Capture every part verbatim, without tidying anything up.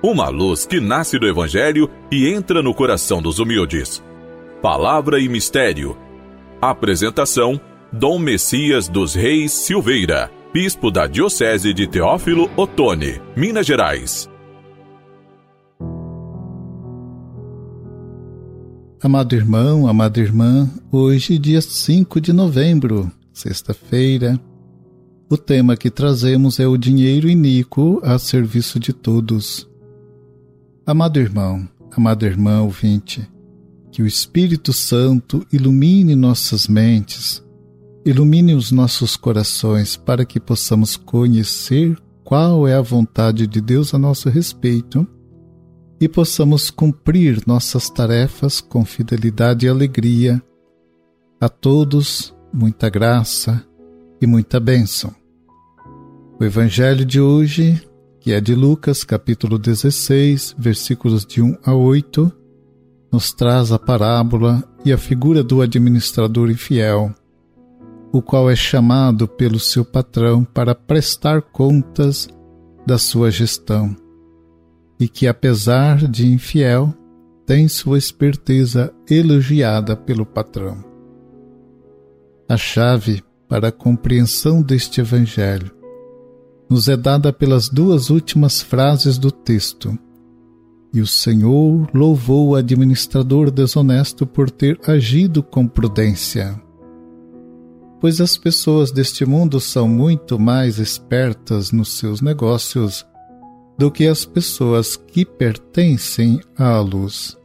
Uma luz que nasce do Evangelho e entra no coração dos humildes. Palavra e Mistério. Apresentação: Dom Messias dos Reis Silveira, Bispo da Diocese de Teófilo Otoni, Minas Gerais. Amado irmão, amada irmã, hoje, dia cinco de novembro, sexta-feira, o tema que trazemos é o dinheiro iníquo a serviço de todos. Amado irmão, amada irmã ouvinte, que o Espírito Santo ilumine nossas mentes, ilumine os nossos corações para que possamos conhecer qual é a vontade de Deus a nosso respeito e possamos cumprir nossas tarefas com fidelidade e alegria. A todos, muita graça e muita bênção. O Evangelho de hoje, que é de Lucas, capítulo dezesseis, versículos de um a oito, nos traz a parábola e a figura do administrador infiel, o qual é chamado pelo seu patrão para prestar contas da sua gestão, e que, apesar de infiel, tem sua esperteza elogiada pelo patrão. A chave para a compreensão deste Evangelho nos é dada pelas duas últimas frases do texto. E o Senhor louvou o administrador desonesto por ter agido com prudência. Pois as pessoas deste mundo são muito mais espertas nos seus negócios do que as pessoas que pertencem à luz.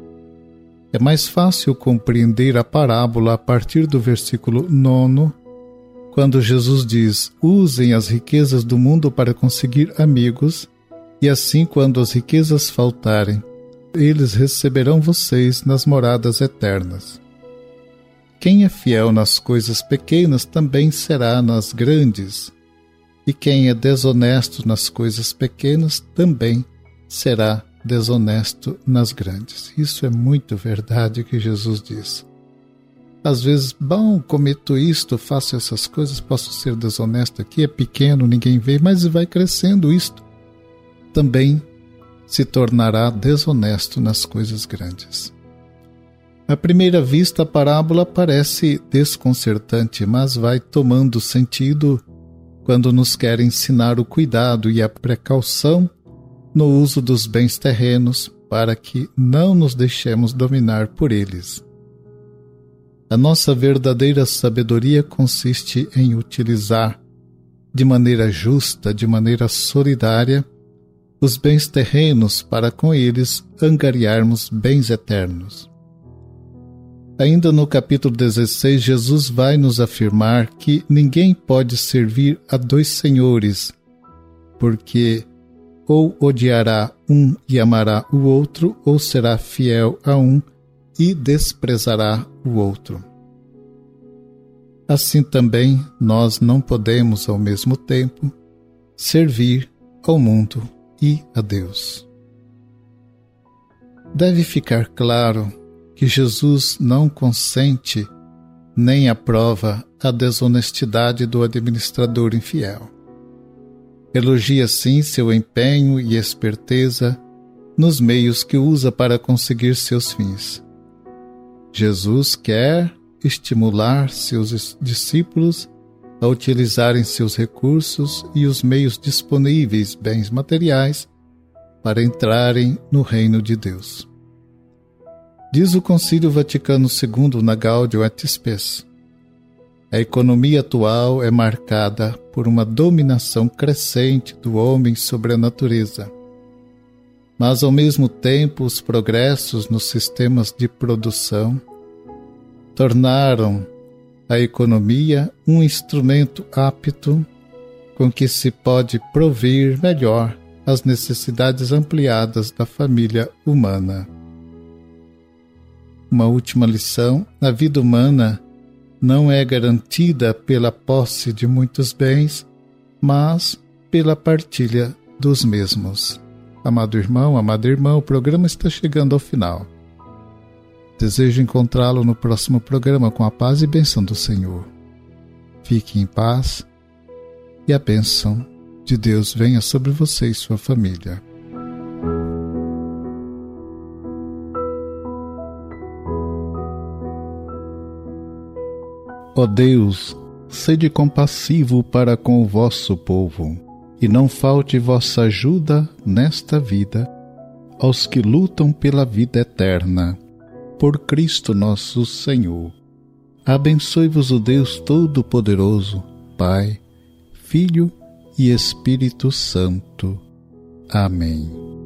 É mais fácil compreender a parábola a partir do versículo nono, quando Jesus diz: usem as riquezas do mundo para conseguir amigos, e assim, quando as riquezas faltarem, eles receberão vocês nas moradas eternas. Quem é fiel nas coisas pequenas também será nas grandes, e quem é desonesto nas coisas pequenas também será desonesto nas grandes. Isso é muito verdade que Jesus diz. Às vezes, bom, cometo isto, faço essas coisas, posso ser desonesto aqui, é pequeno, ninguém vê, mas vai crescendo isto. Também se tornará desonesto nas coisas grandes. À primeira vista, a parábola parece desconcertante, mas vai tomando sentido quando nos quer ensinar o cuidado e a precaução no uso dos bens terrenos para que não nos deixemos dominar por eles. A nossa verdadeira sabedoria consiste em utilizar de maneira justa, de maneira solidária, os bens terrenos para com eles angariarmos bens eternos. Ainda no capítulo dezesseis, Jesus vai nos afirmar que ninguém pode servir a dois senhores, porque ou odiará um e amará o outro, ou será fiel a um e desprezará o outro. Assim também nós não podemos, ao mesmo tempo, servir ao mundo e a Deus. Deve ficar claro que Jesus não consente nem aprova a desonestidade do administrador infiel. Elogia sim seu empenho e esperteza nos meios que usa para conseguir seus fins. Jesus quer estimular seus discípulos a utilizarem seus recursos e os meios disponíveis, bens materiais, para entrarem no reino de Deus. Diz o Concílio Vaticano segundo na Gaudium et Spes: a economia atual é marcada por uma dominação crescente do homem sobre a natureza. Mas, ao mesmo tempo, os progressos nos sistemas de produção tornaram a economia um instrumento apto com que se pode prover melhor as necessidades ampliadas da família humana. Uma última lição: a vida humana não é garantida pela posse de muitos bens, mas pela partilha dos mesmos. Amado irmão, amada irmã, o programa está chegando ao final. Desejo encontrá-lo no próximo programa com a paz e bênção do Senhor. Fique em paz e a bênção de Deus venha sobre você e sua família. Ó Deus, sede compassivo para com o vosso povo, e não falte vossa ajuda nesta vida aos que lutam pela vida eterna. Por Cristo nosso Senhor. Abençoe-vos o Deus Todo-Poderoso, Pai, Filho e Espírito Santo. Amém.